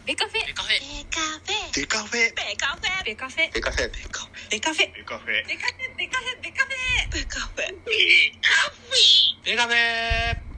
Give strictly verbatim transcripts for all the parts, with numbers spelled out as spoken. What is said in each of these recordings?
ベカフェベカフェベカフェベカフェベカフェベカフェベカフェベカフェベカフェベカフェベカフェベカフェベカフェベカフェベカフェベカフェ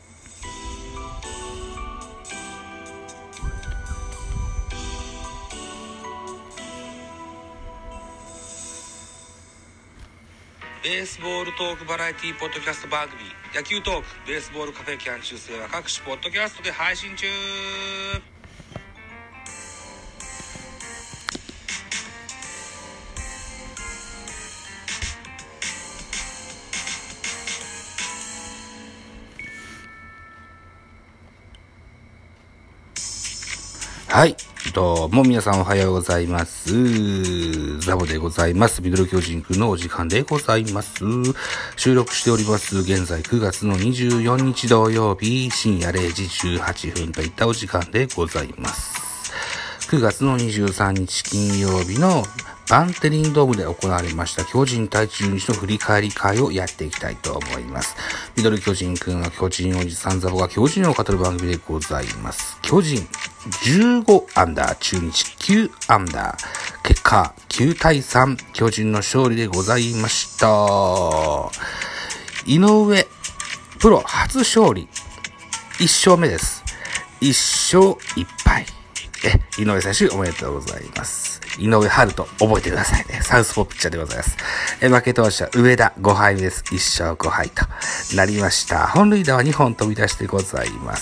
ベースボールトークバラエティポッドキャスト番組野球トークベースボールカフェキャン中世は各種ポッドキャストで配信中。 はい。どうも皆さんおはようございます。ザボでございます。ミドル巨人くんのお時間でございます。収録しております。現在くがつのにじゅうよっか土曜日深夜れいじじゅうはっぷんといったお時間でございます。くがつのにじゅうさんにち金曜日のバンテリンドームで行われました巨人対中日の振り返り会をやっていきたいと思います。ミドル巨人くんは巨人おじさんザボが巨人を語る番組でございます。巨人じゅうごアンダー、中日きゅうアンダー、結果きゅうたいさん、巨人の勝利でございました。井上プロ初勝利いっしょうめです。いっしょういっぱい。え、井上選手おめでとうございます。井上春人覚えてくださいね。サウスポーピッチャーでございます。え、負け投手は上田ごはいめです。いっしょうごはいとなりました。本塁打はにほん飛び出してございます。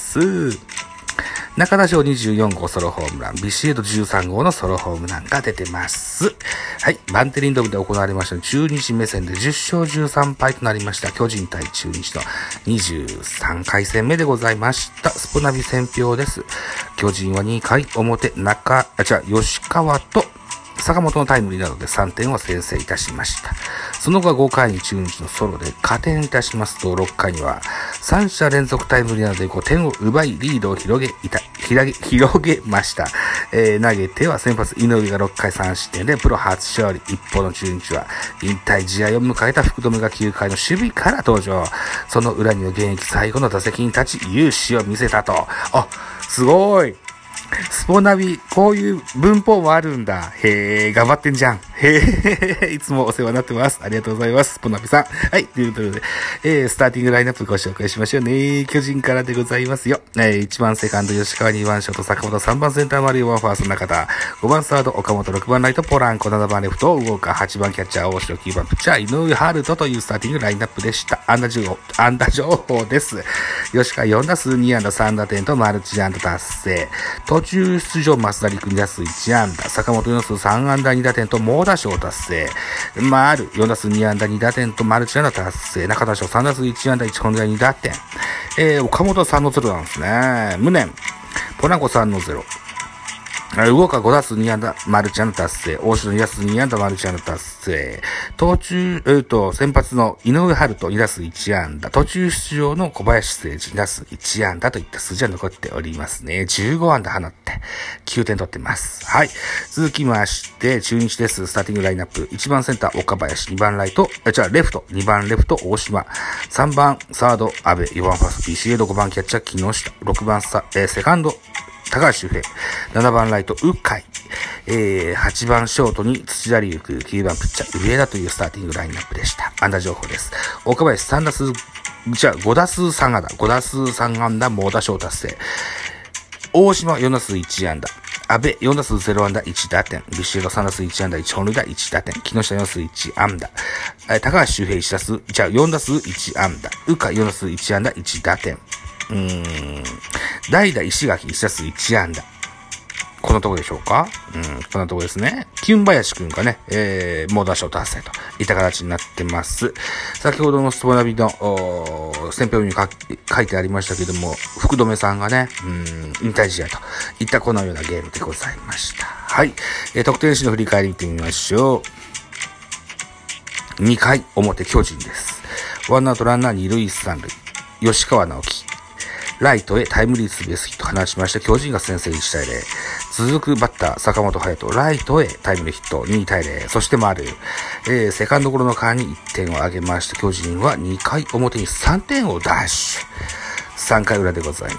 中田翔にじゅうよんごうソロホームラン、ビシエドじゅうさんごうのソロホームランが出てます。はい。バンテリンドームで行われました中日目線でじゅっしょうじゅうさんぱいとなりました。巨人対中日のにじゅうさんかい戦目でございました。スポナビ選評です。巨人はにかい表、中、あ、違う、吉川と坂本のタイムリーなどでさんてんを先制いたしました。その後はごかいに中日のソロで加点いたしますと、ろっかいにはさんしゃ連続タイムリーなどでごてんを奪いリードを広げいた、広げ、広げました。えー、投げては先発井上がろっかいさんしってんでプロ初勝利。一方の中日は引退試合を迎えた福留がきゅうかいの守備から登場。その裏には現役最後の打席に立ち勇姿を見せたと。あ、すごい。スポナビ、こういう文法もあるんだ。へー、頑張ってんじゃん。へー、いつもお世話になってます。ありがとうございます。スポナビさん。はい、ということで、えー、スターティングラインナップご紹介しましょうね。巨人からでございますよ。えー、いちばんセカンド吉川、にばんショート坂本、さんばんセンター丸、よんばんファースト中田、ごばんサード岡本、ろくばんライトポランコ、ななばんレフトウォーカー、はちばんキャッチャー大城、きゅうばんピッチャー井上春人というスターティングラインナップでした。安打情報、安打情報です。吉川よんだすうにあんださんだてんとマルチ安打達成。途中出場増田陸にだすういちあんだ、坂本よんだすうさんあんだにだてんと猛打賞達成。丸よんだすうにあんだにだてんとマルチ安打達成。中田翔さんだすういちあんだいちほんだにだてん。えー、岡本さんのゼロなんですね。無念。ポランコさんのゼロ。動かごだすうにあんだマルチ安打達成。大城にだすうにあんだマルチ安打達成。途中、えーと、先発の井上春人にだすういちあんだ。途中出場の小林誠司にだすういちあんだといった数字が残っておりますね。じゅうごあんだ放ってきゅうてん取ってます。はい。続きまして、中日です。スターティングラインナップ。いちばんセンター岡林、にばんライト、え、じゃあレフト、にばんレフト大島、さんばんサード安部、よんばんファースト ビーシーエー、ごばんキャッチャー木下、ろくばんサ、えー、セカンド高橋周平、ななばんライト、うかい、えー、はちばんショートに土田龍空、きゅうばんピッチャー上田というスターティングラインナップでした。安打情報です。岡林さんだすう、じゃあごだすうさんあんだ、ごだすうさんあんだ猛打賞達成。大島よんだすういちあんだ、安部よんだすうゼロあんだいちだてん、ビシエドさんだすういちあんだいちほん塁打いちだてん、木下よんだすういちあんだ、えー、高橋周平いちだすう、じゃあよんだすういちあんだ、うかよんだすういちあんだいちだてん。うーん。代打石垣いちだすういちあんだ。このとこでしょうか？うん、このとこですね。金林くんがね、えー、猛打賞達成といった形になってます。先ほどのスポナビの、選評に書いてありましたけども、福留さんがね、うん、引退試合といったこのようなゲームでございました。はい。えー、得点史の振り返り見てみましょう。にかい表巨人です。ワンアウトランナーにるいさんるい。吉川直樹。ライトへタイムリーツーベースヒット放ちました。巨人が先制いちたいゼロ。続くバッター、坂本勇人、ライトへタイムリーヒットにたいゼロ。そして丸、えー、セカンドゴロの間にいってんを挙げました。巨人はにかい表にさんてんをダッシュ。さんかい裏でございます。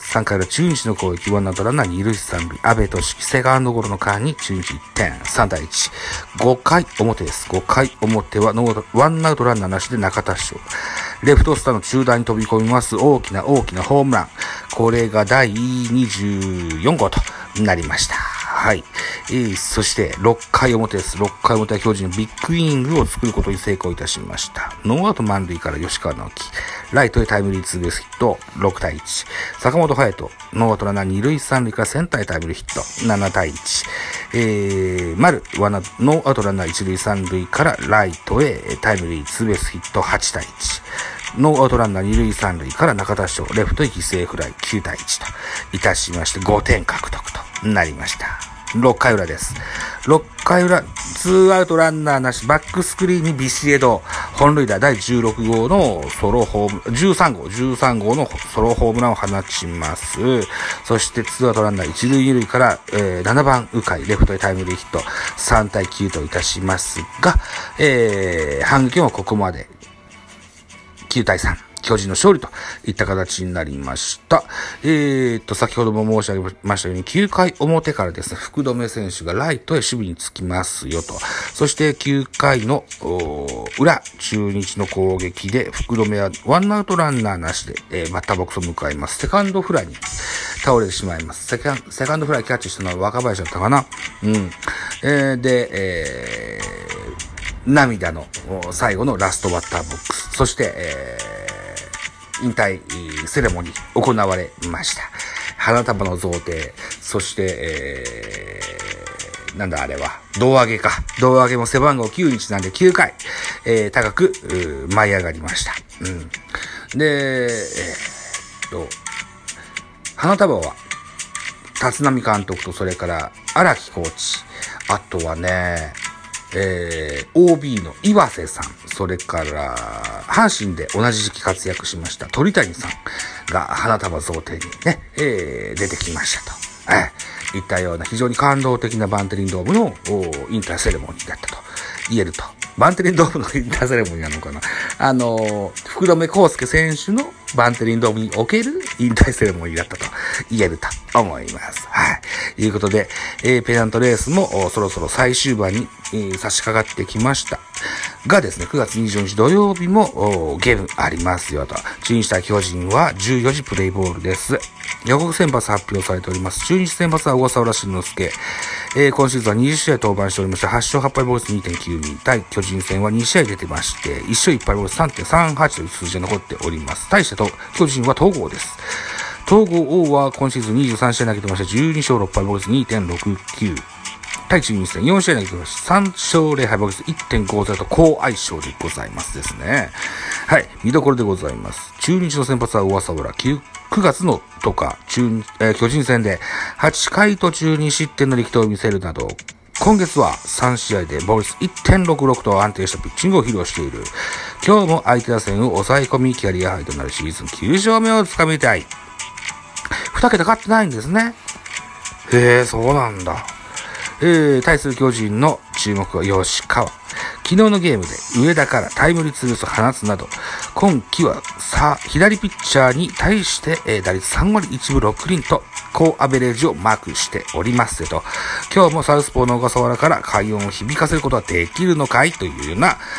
さんかい裏中日の攻撃、ワンアウトランナー二塁三塁、阿部俊樹セカンドゴロの間に中日いってん、さんたいいち。ごかい表です。ごかい表はノーアウト、ワンアウトランナーなしで中田翔。レフトスタンド中段に飛び込みます。大きな大きなホームラン。これがだいにじゅうよんごうとなりました。はい。えー、そしてろっかい表です。ろっかい表は巨人のビッグイニングを作ることに成功いたしました。ノーアウト満塁から吉川直樹。ライトへタイムリーツーベースヒットろくたいいち。坂本勇人。ノーアウトランナー二塁三塁からセンターへタイムリーヒットななたいいち。えー、丸、ワンアウト、ノーアウトランナー一塁三塁からライトへタイムリーツーベースヒットはちたいいち。ノーアウトランナー二塁三塁から中田翔、レフトへ犠牲フライきゅうたいいちといたしましてごてん獲得となりました。ろっかい裏です。ろっかい裏、ツーアウトランナーなし、バックスクリーンにビシエド、本塁打だいじゅうろくごうのソロホーム、じゅうさんごう、じゅうさんごうのソロホームランを放ちます。そしてツーアウトランナー一塁二塁から、えー、ななばん、鵜飼、レフトへタイムリーヒット、さんたいきゅうといたしますが、えー、反撃もここまできゅうたいさん。巨人の勝利といった形になりました。えーと、先ほども申し上げましたように、きゅうかい表からですね、福留選手がライトへ守備につきますよと。そしてきゅうかいの裏、中日の攻撃で、福留はワンアウトランナーなしで、えー、バッターボックスを迎えます。セカンドフライに倒れてしまいます。セカン、セカンドフライキャッチしたのは若林だったかな。うん。えー、で、えー、涙の最後のラストバッターボックス。そして、えー引退セレモニー行われました。花束の贈呈、そして、えー、なんだあれは、胴上げか。胴上げも背番号きゅうにちなんできゅうかい、えー、高く舞い上がりました。うん、で、えー、と、花束は、立浪監督とそれから荒木コーチ、あとはね、えー、オービー の岩瀬さん、それから阪神で同じ時期活躍しました鳥谷さんが花束贈呈にね、えー、出てきましたと、えー、いったような非常に感動的なバンテリンドームの引退セレモニーだったと言えると。バンテリンドームの引退セレモニーなのかな、あのー、福留孝介選手のバンテリンドームにおける引退セレモニーだったと言えると思います。はい。ということで、えー、ペナントレースもそろそろ最終盤に、えー、差し掛かってきました。がですね、くがつにじゅうよっか土曜日もゲームありますよと。中日対巨人はじゅうよじプレイボールです。予告先発発表されております。中日先発は小笠原慎之介。えー、今シーズンはにじゅっしあい登板しておりまして、はちしょうはっぱい防御率 にてんきゅうに 対巨人戦はにしあい出てまして、いっしょういっぱい防御率 さんてんさんはち という数字が残っております。対してと巨人は統合です。統合王は今シーズンにじゅうさんしあい投げてまして、じゅうにしょうろっぱい防御率 にてんろくきゅう。対中日戦よんしあい投げてまして、さんしょうぜろはい防御率 いってんごぜろ と好相性でございますですね。はい。見どころでございます。中日の先発は小笠原、くがつのとか、中、えー、巨人戦ではちかい途中に失点の力投を見せるなど、今月はさんしあいで防御率 いってんろくろく と安定したピッチングを披露している。今日も相手打線を抑え込みキャリアハイとなるシーズンきゅうしょうめをつかみたい。にけた勝ってないんですね。へえ、そうなんだ。えー、対する巨人の注目は吉川。昨日のゲームで上田からタイムリーツーベースを放つなど、今季はさ、左ピッチャーに対して、えー、打率さんわりいちぶろくりんと高アベレージをマークしておりますと、今日もサウスポーの小笠原から快音を響かせることはできるのかいというような、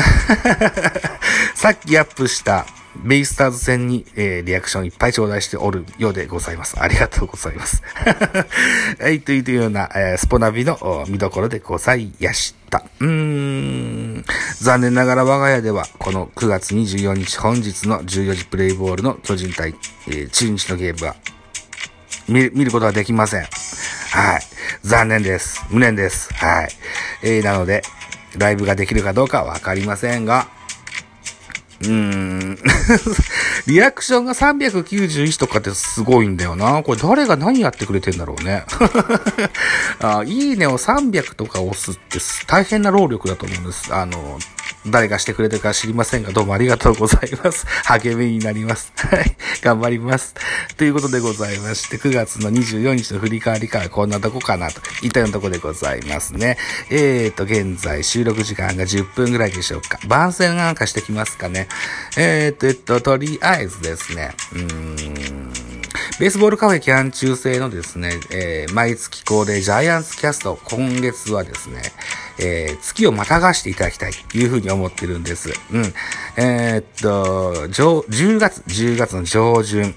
さっきアップしたベイスターズ戦に、えー、リアクションいっぱい頂戴しておるようでございます。ありがとうございます。はい、というような、えー、スポナビの見どころでございやした。うーん。残念ながら我が家では、このくがつにじゅうよっか本日のじゅうよじプレイボールの巨人対、えー、中日のゲームは見、見ることはできません。はい。残念です。無念です。はい。えー、なので、ライブができるかどうかわかりませんが、うーんリアクションがさんびゃくきゅうじゅういちとかってすごいんだよな。これ誰が何やってくれてんだろうねあ。いいねをさんびゃくとか押すって大変な労力だと思うんです。あの、誰がしてくれてるか知りませんが、どうもありがとうございます。励みになります。はい。頑張ります。ということでございまして、くがつのにじゅうよっかの振り返りからこんなとこかなといったようなとこでございますね。えーと、現在収録時間がじゅっぷんぐらいでしょうか。番宣なんかしてきますかね。えーと、えっと、とりあえずですね、うーん、 ベースボールカフェキャン中制のですね、えー、毎月恒例ジャイアンツキャスト、今月はですね、えー、月をまたがしていただきたいというふうに思ってるんです。うん。えー、っと、じゅうがつ、じゅうがつの上旬、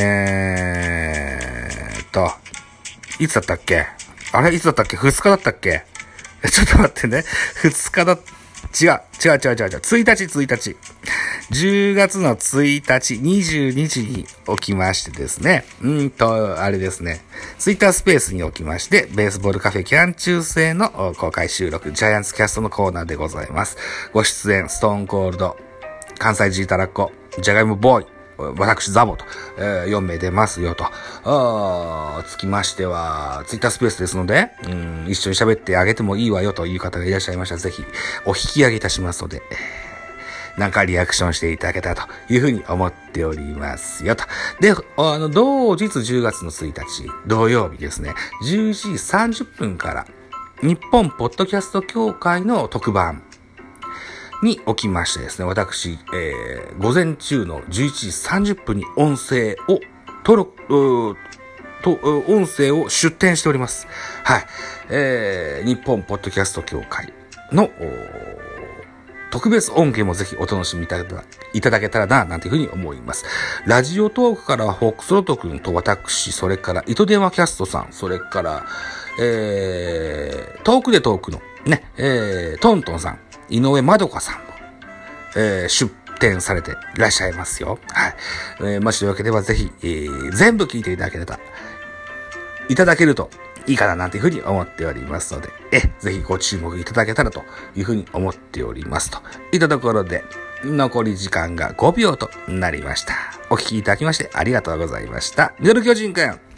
えーっと、いつだったっけあれいつだったっけ ?ふつ 日だったっけちょっと待ってね。ふつかだ、違う、違う違う違う違う。ついたちついたち。じゅうがつのついたち、にじゅうにじに起きましてですね。うんと、あれですね。ツイッタースペースに起きまして、ベースボールカフェキャン中制の公開収録、ジャイアンツキャストのコーナーでございます。ご出演、ストーンコールド、関西ジータラッコ、ジャガイモボーイ、私ザボと、えー、よんめい出ますよと。あつきましては、ツイッタースペースですので、うん、一緒に喋ってあげてもいいわよという方がいらっしゃいましたら、ぜひお引き上げいたしますので、なんかリアクションしていただけたらというふうに思っておりますよと。で、あの、同日じゅうがつのついたち、土曜日ですね、じゅういちじさんじゅっぷんから、日本ポッドキャスト協会の特番におきましてですね、私、えー、午前中のじゅういちじさんじゅっぷんに音声を登録、と、音声を出展しております。はい。えー、日本ポッドキャスト協会の、特別音源もぜひお楽しみいただ、いただけたらな、なんていうふうに思います。ラジオトークからはフォックスロット君と私、それから糸電話キャストさん、それから、えー、トークでトークのね、えー、トントンさん、井上まどかさんも、えー、出展されていらっしゃいますよ。はい。えー、もしよければぜひ、えー、全部聞いていただけたら、いただけるといいかななんていうふうに思っておりますので、え、ぜひご注目いただけたらというふうに思っておりますと。いったところで、残り時間がごびょうとなりました。お聞きいただきましてありがとうございました。ミドル巨人くん。